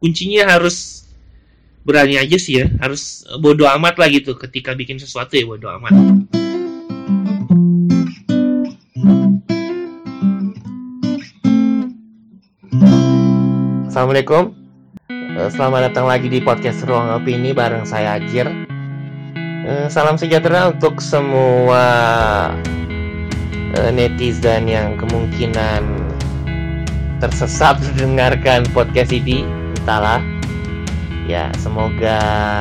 kuncinya harus berani aja sih ya, harus bodo amat lah gitu. Ketika bikin sesuatu ya bodo amat. Assalamualaikum, selamat datang lagi di podcast Ruang Opini bareng saya Ajir. Salam sejahtera untuk semua netizen yang kemungkinan tersesat mendengarkan podcast ini. Entahlah, ya semoga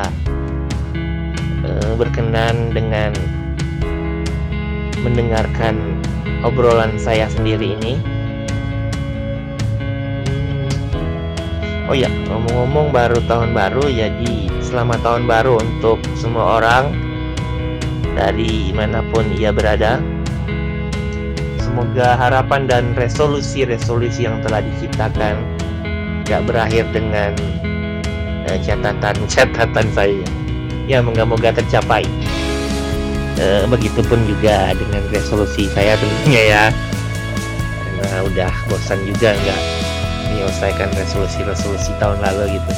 berkenan dengan mendengarkan obrolan saya sendiri ini. Oh ya, ngomong-ngomong baru tahun baru, jadi selamat tahun baru untuk semua orang dari manapun ia berada. Semoga harapan dan resolusi-resolusi yang telah diciptakan gak berakhir dengan catatan saya. Ya, moga-moga tercapai. Begitupun juga dengan resolusi saya tentunya ya. Karena udah bosan juga nggak menyelesaikan resolusi tahun lalu gitu.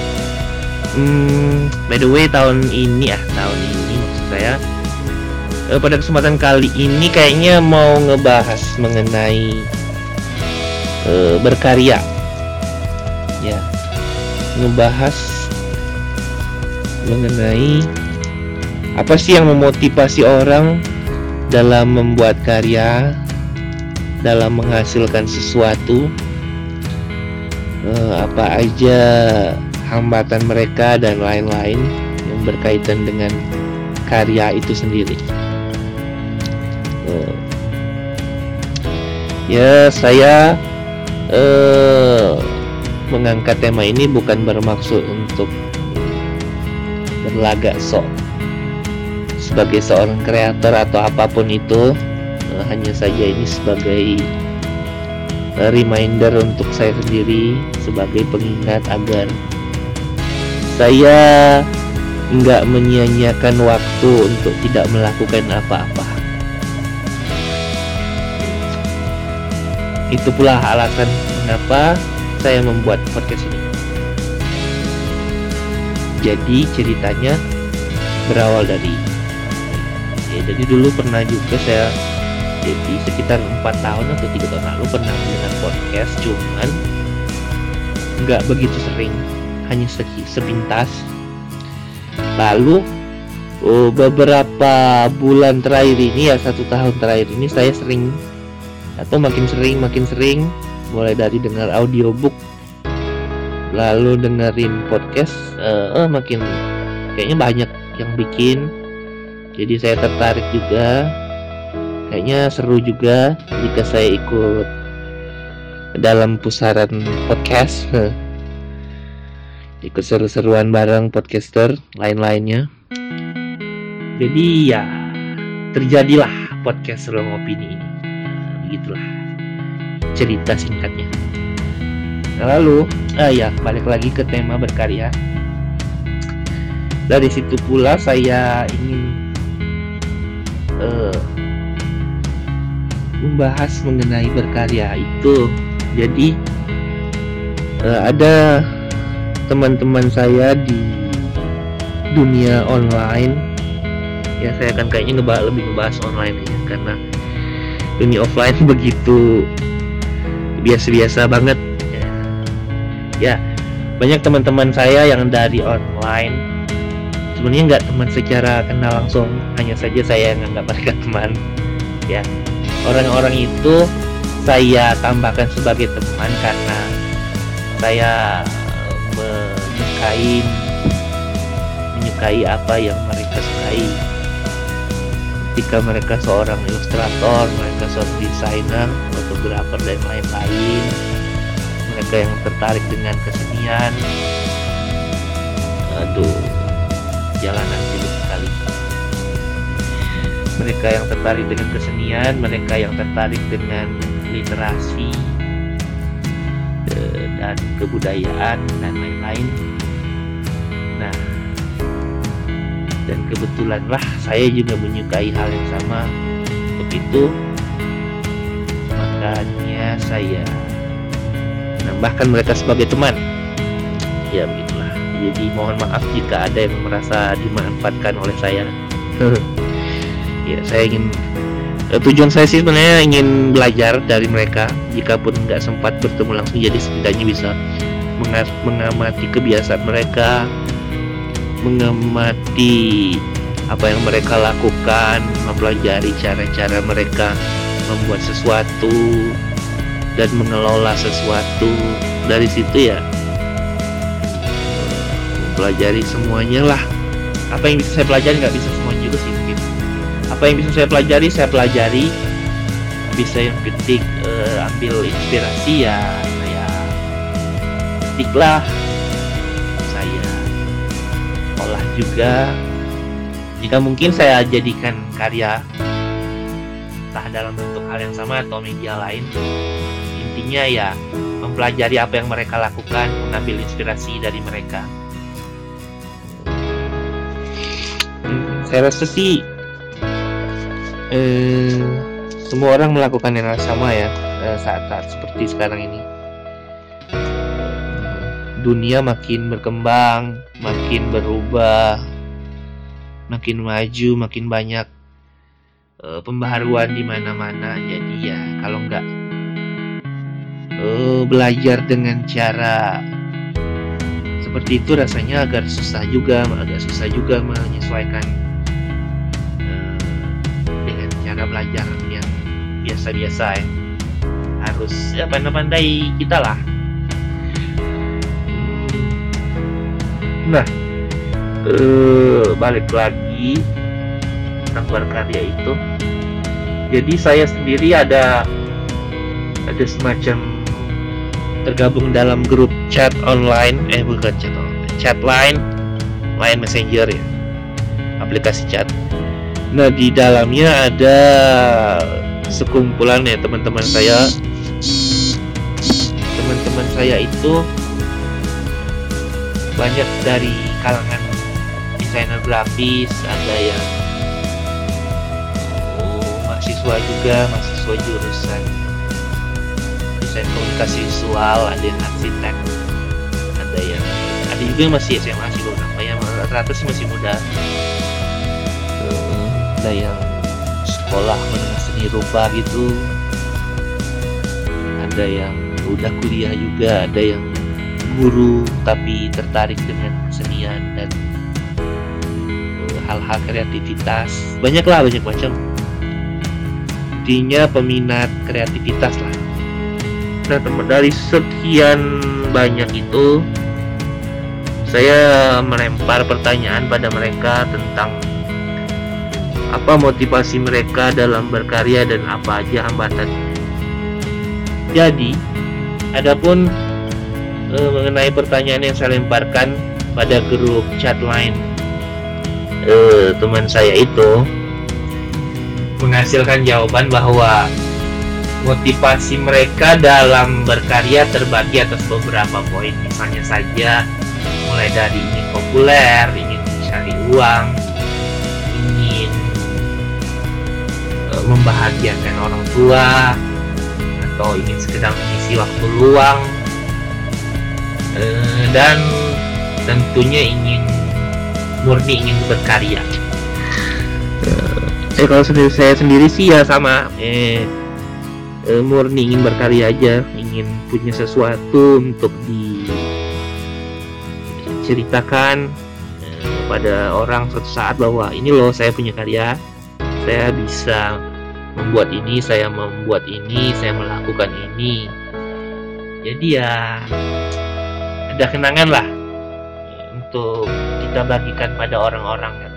By the way, tahun ini maksud saya pada kesempatan kali ini kayaknya mau ngebahas mengenai berkarya. Ya, ngebahas mengenai apa sih yang memotivasi orang dalam membuat karya, dalam menghasilkan sesuatu. Apa aja hambatan mereka dan lain-lain yang berkaitan dengan karya itu sendiri. Ya, saya mengangkat tema ini bukan bermaksud untuk berlagak sok sebagai seorang kreator atau apapun itu. Hanya saja ini sebagai reminder untuk saya sendiri, sebagai pengingat agar saya nggak menyia-nyiakan waktu untuk tidak melakukan apa-apa. Itu pula alasan mengapa saya membuat podcast ini. Jadi ceritanya berawal dari jadi dulu pernah juga saya, jadi sekitar 4 tahun atau 3 tahun lalu pernah mendengar podcast, cuman nggak begitu sering, hanya sepintas. Lalu beberapa bulan terakhir ini, ya 1 tahun terakhir ini, saya sering atau makin sering mulai dari dengar audiobook lalu dengerin podcast, makin kayaknya banyak yang bikin. Jadi saya tertarik juga. Kayaknya seru juga jika saya ikut dalam pusaran podcast. Ikut seru-seruan bareng podcaster lain-lainnya. Jadi ya, terjadilah podcast Ruang Opini ini. Begitulah cerita singkatnya. Lalu, balik lagi ke tema berkarya. Dari situ pula saya ingin membahas mengenai berkarya itu. Jadi ada teman-teman saya di dunia online. Ya, saya akan kayaknya lebih ngebahas online ya, karena dunia offline begitu biasa-biasa banget. Ya, banyak teman-teman saya yang dari online. Sebenarnya nggak teman secara kenal langsung, hanya saja saya yang anggap mereka teman. Ya, orang-orang itu saya tambahkan sebagai teman karena saya menyukai apa yang mereka sukai. Ketika mereka seorang ilustrator, mereka seorang desainer, fotografer dan lain-lain, mereka yang tertarik dengan kesenian. Jalanan hidup sekali. Mereka yang tertarik dengan kesenian, mereka yang tertarik dengan literasi dan kebudayaan dan lain-lain. Nah, dan kebetulanlah saya juga menyukai hal yang sama begitu, makanya saya menambahkan mereka sebagai teman. Ya begitulah. Jadi mohon maaf jika ada yang merasa dimanfaatkan oleh saya. Ya, saya ingin tujuan saya sih sebenarnya ingin belajar dari mereka. Jikapun nggak sempat bertemu langsung, jadi setidaknya bisa mengamati kebiasaan mereka, mengamati apa yang mereka lakukan, mempelajari cara-cara mereka membuat sesuatu dan mengelola sesuatu. Dari situ ya mempelajari semuanya lah. Apa yang bisa saya pelajari, nggak bisa semuanya juga sih mungkin. Apa yang bisa saya pelajari, bisa yang ketik ambil inspirasi ya saya ketiklah, saya olah juga. Jika mungkin saya jadikan karya, entah dalam bentuk hal yang sama atau media lain. Intinya ya mempelajari apa yang mereka lakukan, mengambil inspirasi dari mereka. Saya rasa sih semua orang melakukan yang sama ya saat-saat seperti sekarang ini. Dunia makin berkembang, makin berubah, makin maju, makin banyak pembaharuan di mana-mana. Jadi ya kalau nggak belajar dengan cara seperti itu, rasanya agak susah juga menyesuaikan dengan cara belajar yang biasa-biasa ya. Harus ya pandai-pandai kita lah. Nah, balik lagi tentang berkarya itu. Jadi saya sendiri ada semacam tergabung dalam grup chat online, bukan chat online, chat line messenger ya, aplikasi chat. Nah, di dalamnya ada sekumpulan ya teman-teman saya itu banyak dari kalangan desainer grafis, ada yang mahasiswa jurusan desain komunikasi visual, ada yang arsitek, ada juga yang masih SMA sih beberapa, yang rata-rata sih masih muda. Ada yang sekolah menengah seni rupa gitu, ada yang udah kuliah juga, ada yang guru tapi tertarik dengan kesenian dan hal-hal kreativitas. Banyak macam. Intinya peminat kreativitas lah. Nah, dari sekian banyak itu, saya melempar pertanyaan pada mereka tentang apa motivasi mereka dalam berkarya dan apa aja hambatannya. Jadi, adapun mengenai pertanyaan yang saya lemparkan pada grup chat line teman saya itu, menghasilkan jawaban bahwa motivasi mereka dalam berkarya terbagi atas beberapa poin. Misalnya saja, mulai dari ingin populer, ingin mencari uang, ingin membahagiakan orang tua, atau ingin sekedar mengisi waktu luang, dan tentunya murni ingin berkarya. Kalau saya sendiri sih ya sama, murni ingin berkarya aja, ingin punya sesuatu untuk diceritakan pada orang suatu saat bahwa ini loh saya punya karya, saya bisa membuat ini, saya melakukan ini. Jadi ya ada kenangan lah untuk kita bagikan pada orang-orang kan.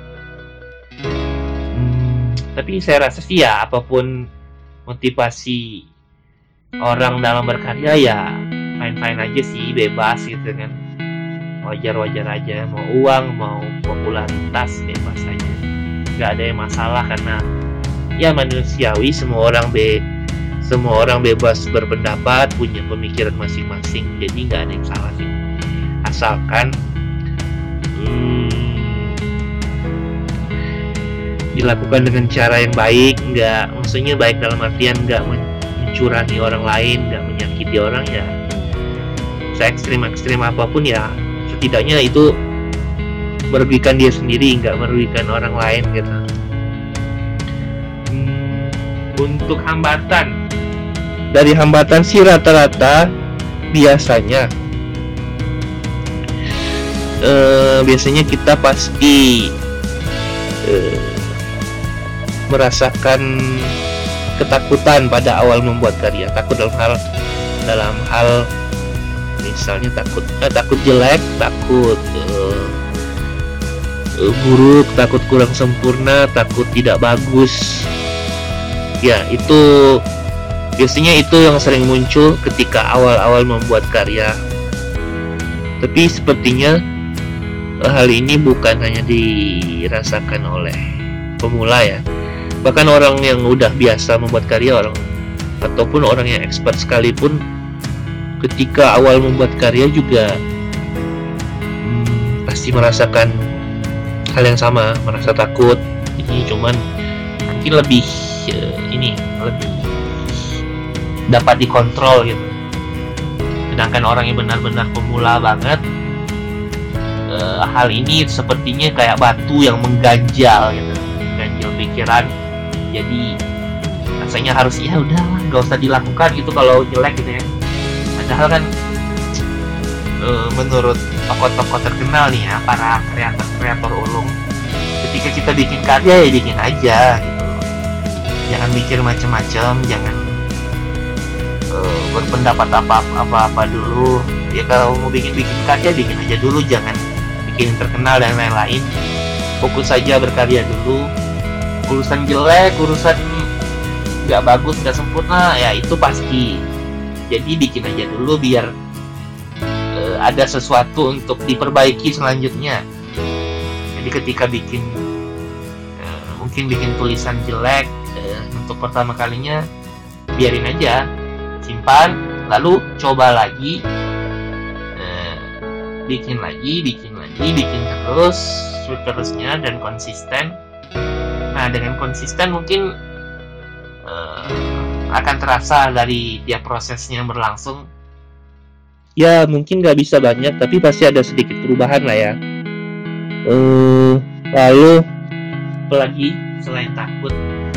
Tapi saya rasa sih ya apapun motivasi orang dalam berkarya ya fine-fine aja sih, bebas gitu kan, wajar-wajar aja, mau uang mau popularitas bebas aja, nggak ada yang masalah karena ya manusiawi, semua orang bebas berpendapat, punya pemikiran masing-masing, jadi nggak ada yang salah sih, asalkan dilakukan dengan cara yang baik, maksudnya baik dalam artian nggak mencurangi orang lain, nggak menyakiti orang ya, se-ekstrim apapun ya, setidaknya itu merugikan dia sendiri, nggak merugikan orang lain gitu. Untuk hambatan, dari hambatan sih rata-rata biasanya kita pasti merasakan ketakutan pada awal membuat karya. Takut dalam hal misalnya takut jelek, takut buruk, takut kurang sempurna, takut tidak bagus. Ya, itu biasanya itu yang sering muncul ketika awal-awal membuat karya. Tapi sepertinya hal ini bukan hanya dirasakan oleh pemula ya, bahkan orang yang udah biasa membuat karya, ataupun orang yang expert sekalipun, ketika awal membuat karya juga pasti merasakan hal yang sama, merasa takut. Ini cuman mungkin lebih dapat dikontrol gitu. Sedangkan orang yang benar-benar pemula banget, hal ini sepertinya kayak batu yang mengganjal gitu, mengganjal pikiran. Jadi rasanya harus ya udah nggak usah dilakukan gitu kalau jelek gitu ya. Padahal kan menurut tokoh-tokoh terkenal nih ya, para kreator ulung, ketika kita bikin karya ya bikin aja gitu, jangan mikir macam-macam, jangan berpendapat apa dulu ya. Kalau mau bikin karya bikin aja dulu, jangan bikin terkenal dan lain-lain. Fokus saja berkarya dulu. Urusan jelek, urusan nggak bagus, nggak sempurna ya itu pasti. Jadi bikin aja dulu biar ada sesuatu untuk diperbaiki selanjutnya. Jadi ketika mungkin bikin tulisan jelek untuk pertama kalinya, biarin aja, simpan, lalu coba lagi, bikin terusnya dan konsisten. Nah, dengan konsisten mungkin akan terasa dari tiap prosesnya berlangsung. Ya mungkin nggak bisa banyak, tapi pasti ada sedikit perubahan lah ya. Lalu apalagi selain takut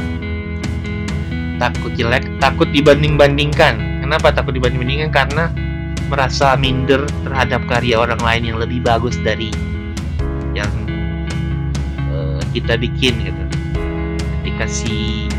jelek, takut dibanding-bandingkan. Kenapa takut dibanding-bandingkan? Karena merasa minder terhadap karya orang lain yang lebih bagus dari yang kita bikin gitu. Ketika si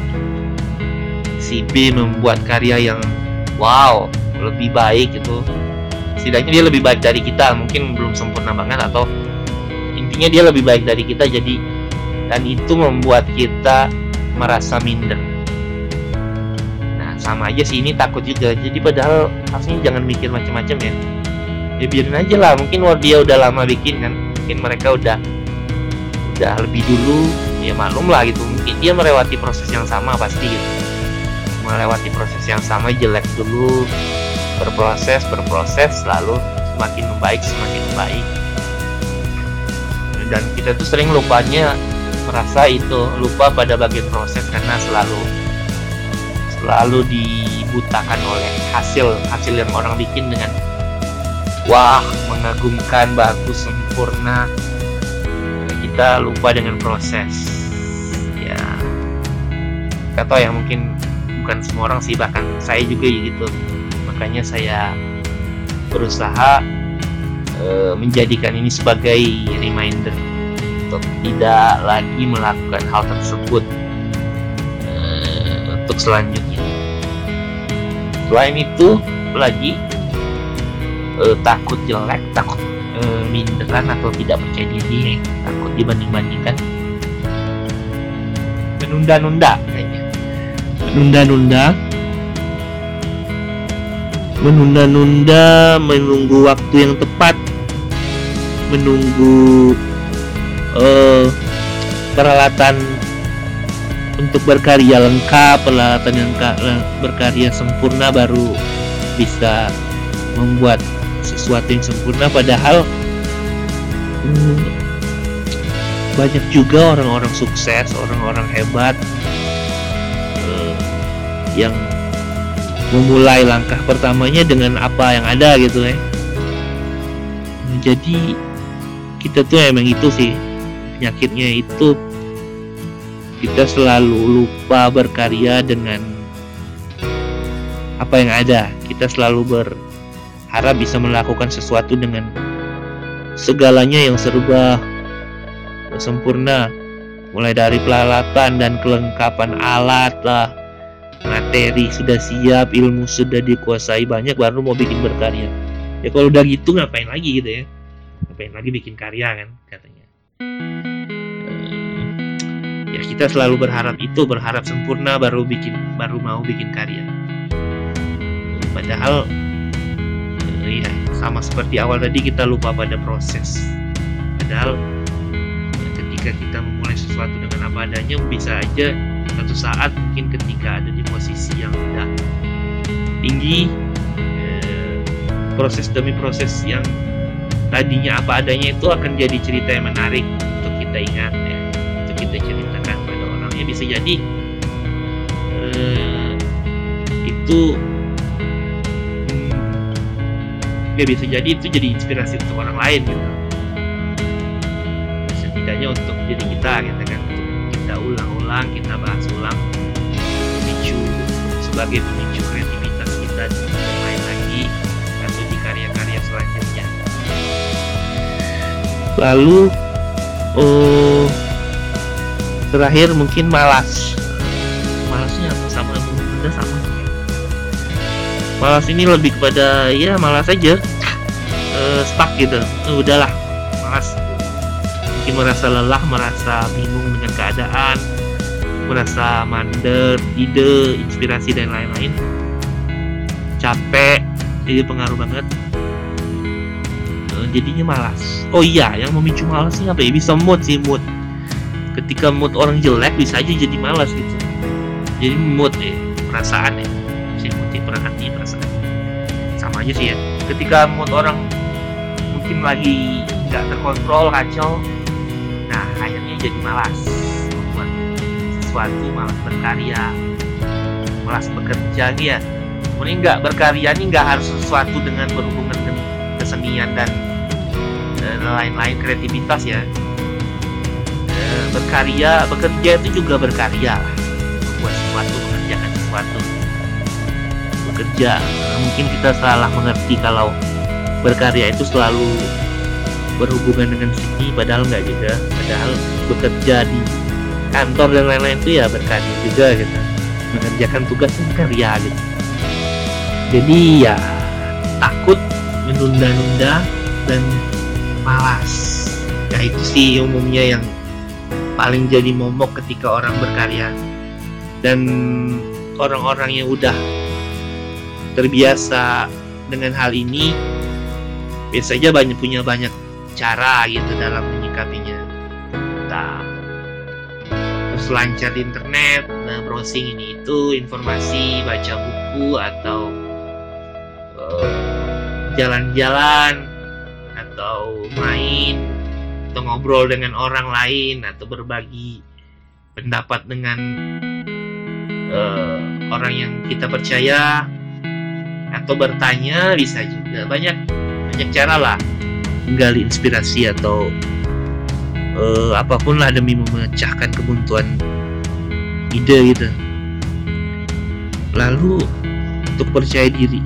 B membuat karya yang wow, lebih baik gitu, setidaknya dia lebih baik dari kita, mungkin belum sempurna banget, atau intinya dia lebih baik dari kita. Jadi, dan itu membuat kita merasa minder. Nah, sama aja sih, ini takut juga. Jadi padahal harusnya jangan mikir macam-macam ya. Ya biarin aja lah, mungkin dia udah lama bikin kan, mungkin mereka udah lebih dulu, ya maklum lah gitu. Mungkin dia melewati proses yang sama pasti gitu. Melewati proses yang sama, jelek dulu, berproses lalu semakin membaik. Dan kita tuh sering lupa pada bagian proses karena selalu dibutakan oleh hasil yang orang bikin dengan wah, mengagumkan, bagus, sempurna. Kita lupa dengan proses ya. Kata ya, mungkin bukan semua orang sih, bahkan saya juga gitu. Makanya saya berusaha menjadikan ini sebagai reminder untuk tidak lagi melakukan hal tersebut untuk selanjutnya. Selain itu lagi takut jelek, takut minderan atau tidak percaya diri, takut dibanding-bandingkan, menunda-nunda kayaknya. Menunda, menunggu waktu yang tepat, menunggu peralatan untuk berkarya lengkap, peralatan yang berkarya sempurna baru bisa membuat sesuatu yang sempurna. Padahal banyak juga orang-orang sukses, orang-orang hebat yang memulai langkah pertamanya dengan apa yang ada gitu ya. Jadi kita tuh emang itu sih penyakitnya itu, kita selalu lupa berkarya dengan apa yang ada. Kita selalu berharap bisa melakukan sesuatu dengan segalanya yang serba sempurna, mulai dari peralatan dan kelengkapan alat lah, materi sudah siap, ilmu sudah dikuasai banyak, baru mau bikin berkarya. Ya kalau udah gitu ngapain lagi gitu ya, ngapain lagi bikin karya kan katanya. Ya kita selalu berharap sempurna baru mau bikin karya. Padahal ya sama seperti awal tadi, kita lupa pada proses. Padahal ketika kita memulai sesuatu dengan apa adanya, bisa aja suatu saat mungkin ketika ada di posisi yang udah tinggi, proses demi proses yang tadinya apa adanya itu akan jadi cerita yang menarik untuk kita ingat ya, untuk kita ceritakan pada orang. Ya bisa jadi itu ya bisa jadi itu jadi inspirasi untuk orang lain gitu. Setidaknya untuk diri kita gitu kan, untuk kita ulang-ulang, kita bahas ulang, sebagai pemicu kreativitas kita di yang lain lagi atau di karya-karya selanjutnya. Lalu terakhir mungkin malasnya apa sama udah sama. Malas ini lebih kepada ya malas aja, stuck gitu, udahlah malas, mungkin merasa lelah, merasa bingung dengan keadaan, merasa mandek, ide, inspirasi dan lain-lain, capek, jadi pengaruh banget, jadinya malas. Oh iya, yang memicu malas ini apa ya? Bisa mood. Ketika mood orang jelek bisa aja jadi malas gitu. Jadi mood ya, perasaan ya, perasaan sama aja sih ya. Ketika mood orang mungkin lagi nggak terkontrol, kacau, nah akhirnya jadi malas membuat sesuatu, malas berkarya, malas bekerja nih ya. Kemudian nggak berkarya nih nggak harus sesuatu dengan berhubungan dengan kesenian dan lain-lain, kreativitas ya. Bekerja itu juga berkarya lah, membuat sesuatu, mengerjakan sesuatu. Bekerja, mungkin kita salah mengerti kalau berkarya itu selalu berhubungan dengan seni, padahal nggak juga. Padahal bekerja di kantor dan lain-lain itu ya berkarya juga gitu, mengerjakan tugas dan karya gitu. Jadi ya takut, menunda-nunda dan malas. Ya itu sih umumnya yang paling jadi momok ketika orang berkarya. Dan orang-orang yang udah terbiasa dengan hal ini biasanya punya banyak cara gitu dalam menyikapinya. Entah berselancar di internet, browsing ini itu informasi, baca buku, atau jalan-jalan, atau main, atau ngobrol dengan orang lain, atau berbagi pendapat dengan orang yang kita percaya, atau bertanya, bisa juga banyak cara lah menggali inspirasi atau apapun lah demi memecahkan kebuntuan ide gitu. Lalu untuk percaya diri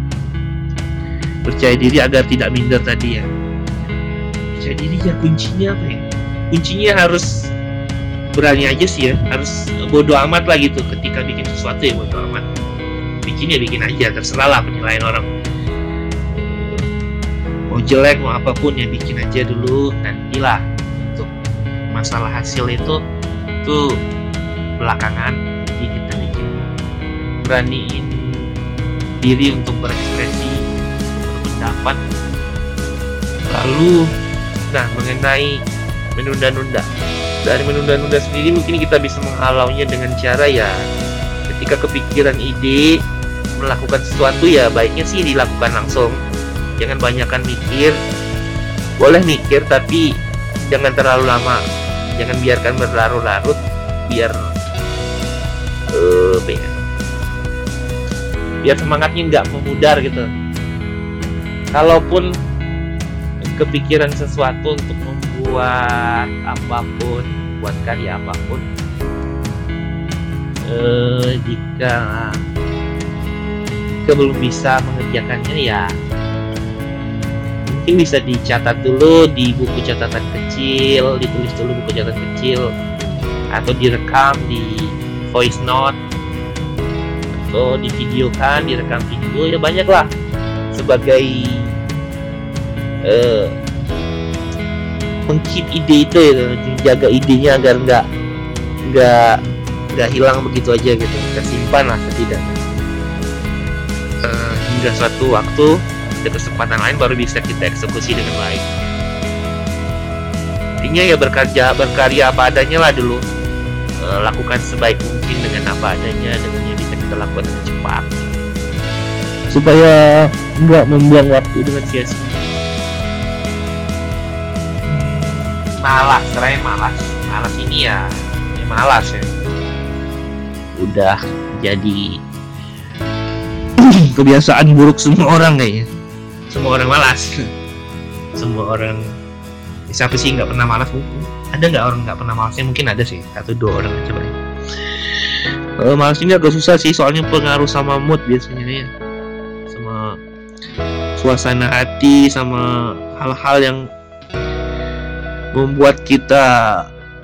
agar tidak minder tadi ya. Percaya diri ya kuncinya apa ya? Kuncinya harus berani aja sih ya, harus bodo amat lah gitu. Ketika bikin sesuatu ya bodo amat, bikin aja, terserah lah penilaian orang. Mau jelek mau apapun ya bikin aja dulu, nantilah untuk masalah hasil itu belakangan. Jadi kita bikin, beraniin diri untuk berekspresi, berpendapat. Lalu mengenai menunda-nunda, dari menunda-nunda sendiri mungkin kita bisa menghalaunya dengan cara ya, ketika kepikiran ide melakukan sesuatu ya baiknya sih dilakukan langsung. Jangan banyakkan mikir, boleh mikir tapi jangan terlalu lama, jangan biarkan berlarut-larut, biar semangatnya nggak memudar gitu. Kalaupun kepikiran sesuatu untuk membuat apapun, buat karya apapun, jika belum bisa mengerjakannya, ya mungkin bisa dicatat dulu di buku catatan kecil, ditulis dulu buku catatan kecil, atau direkam di voice note, atau divideokan, direkam video, ya banyak lah, sebagai meng-keep ide itu ya, jaga idenya agar nggak hilang begitu aja gitu, kita simpan lah setidaknya hingga suatu waktu ada kesempatan lain baru bisa kita eksekusi dengan baik. Intinya ya berkarya apa adanya lah dulu, lakukan sebaik mungkin dengan apa adanya, dengan yang bisa kita lakukan dengan cepat, supaya nggak membuang waktu dengan sia-sia. Malas ini ya malas ya, udah jadi kebiasaan buruk semua orang kayaknya. Semua orang malas. Semua orang, siapa sih nggak pernah malas? Ada nggak orang nggak pernah malasnya? Mungkin ada sih, 1-2 orang aja banyak. Malas ini agak susah sih, soalnya pengaruh sama mood biasanya ya, sama suasana hati, sama hal-hal yang membuat kita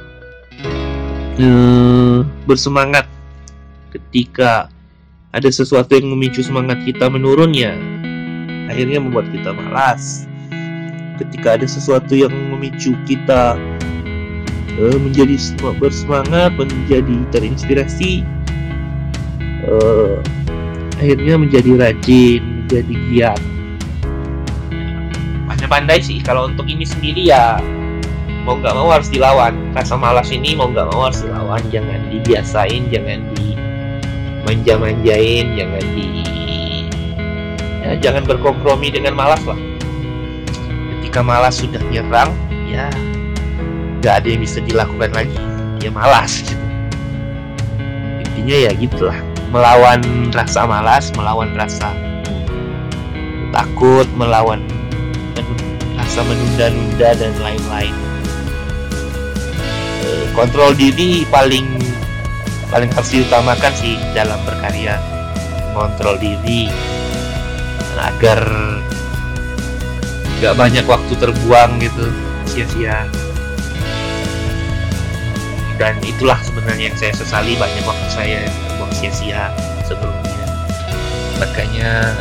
bersemangat. Ketika ada sesuatu yang memicu semangat kita menurun, ya akhirnya membuat kita malas. Ketika ada sesuatu yang memicu kita menjadi bersemangat, menjadi terinspirasi, akhirnya menjadi rajin, menjadi giat. Pandai-pandai sih kalau untuk ini sendiri, ya mau nggak mau harus dilawan. Rasa malas ini mau nggak mau harus dilawan, jangan dibiasain, jangan dimanja-manjain, jangan berkompromi dengan malas lah. Ketika malas sudah nyerang, ya nggak ada yang bisa dilakukan lagi, ya malas gitu. Intinya ya gitulah, melawan rasa malas, melawan rasa takut, melawan rasa menunda-nunda dan lain-lain. Kontrol diri paling harus diutamakan sih dalam berkarya. Kontrol diri agar gak banyak waktu terbuang gitu sia-sia. Dan itulah sebenarnya yang saya sesali, banyak waktu saya terbuang sia-sia sebelumnya. Makanya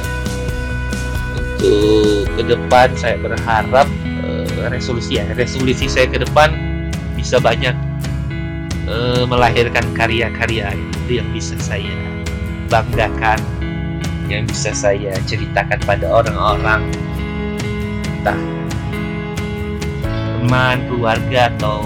untuk ke depan saya berharap resolusi saya ke depan bisa banyak melahirkan karya-karya itu yang bisa saya banggakan, yang bisa saya ceritakan pada orang-orang, entah teman, keluarga, atau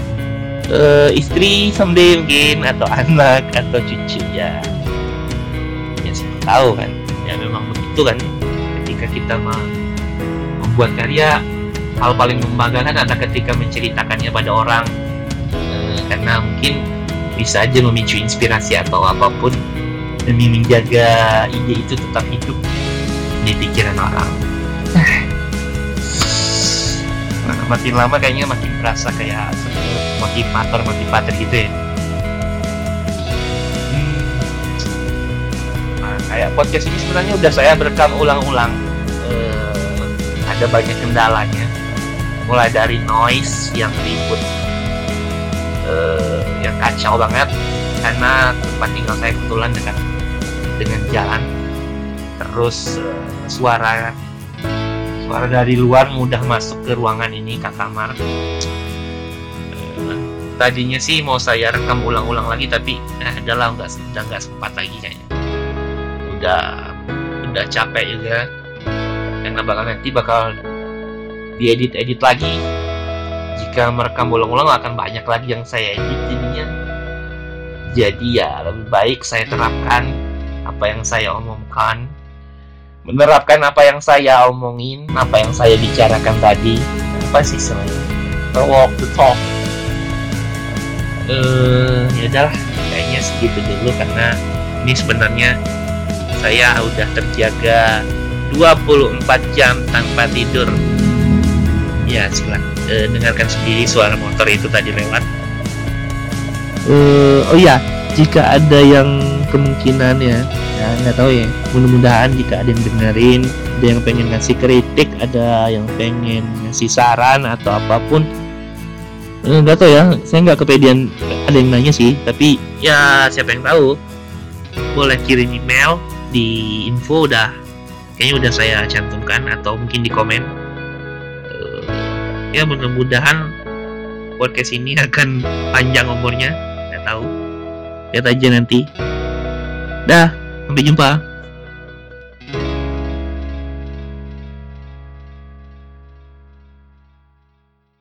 istri someday mungkin, atau anak, atau cucu, ya siapa tahu kan, ya memang begitu kan. Ketika kita membuat karya, hal paling membanggakan adalah ketika menceritakannya pada orang, karena mungkin bisa aja memicu inspirasi atau apapun demi menjaga ide itu tetap hidup di pikiran orang. Makin lama kayaknya makin berasa kayak motivator gitu ya. Kayak podcast ini sebenarnya udah saya berekam ulang-ulang. Ada banyak kendalanya, mulai dari noise yang ribut, yang kacau banget, karena tempat tinggal saya kebetulan dekat dengan jalan. Terus suara dari luar mudah masuk ke ruangan ini, ke kamar. Tadinya sih mau saya rekam ulang-ulang lagi, tapi udah nggak sempat lagi kayaknya. Udah capek juga, karena bakal diedit lagi. Jika merekam ulang-ulang akan banyak lagi yang saya edit jadinya. Jadi ya lebih baik saya terapkan apa yang saya omongkan, menerapkan apa yang saya omongin, apa yang saya bicarakan tadi. Apa sih sebenarnya? Walk the talk. Ya udahlah, kayaknya segitu dulu, karena ini sebenarnya saya udah terjaga 24 jam tanpa tidur. dengarkan sendiri suara motor itu tadi lewat. Oh iya, jika ada yang kemungkinan ya nggak tahu ya, mudah-mudahan jika ada yang dengerin, ada yang pengen ngasih kritik, ada yang pengen ngasih saran atau apapun, nggak tahu ya, saya nggak kepedean ada yang nanya sih, tapi ya siapa yang tahu, boleh kirim email di info, kayaknya udah saya cantumkan, atau mungkin di komen. Ya mudah-mudahan podcast ini akan panjang umurnya, nggak tahu, lihat aja nanti. Dah, sampai jumpa.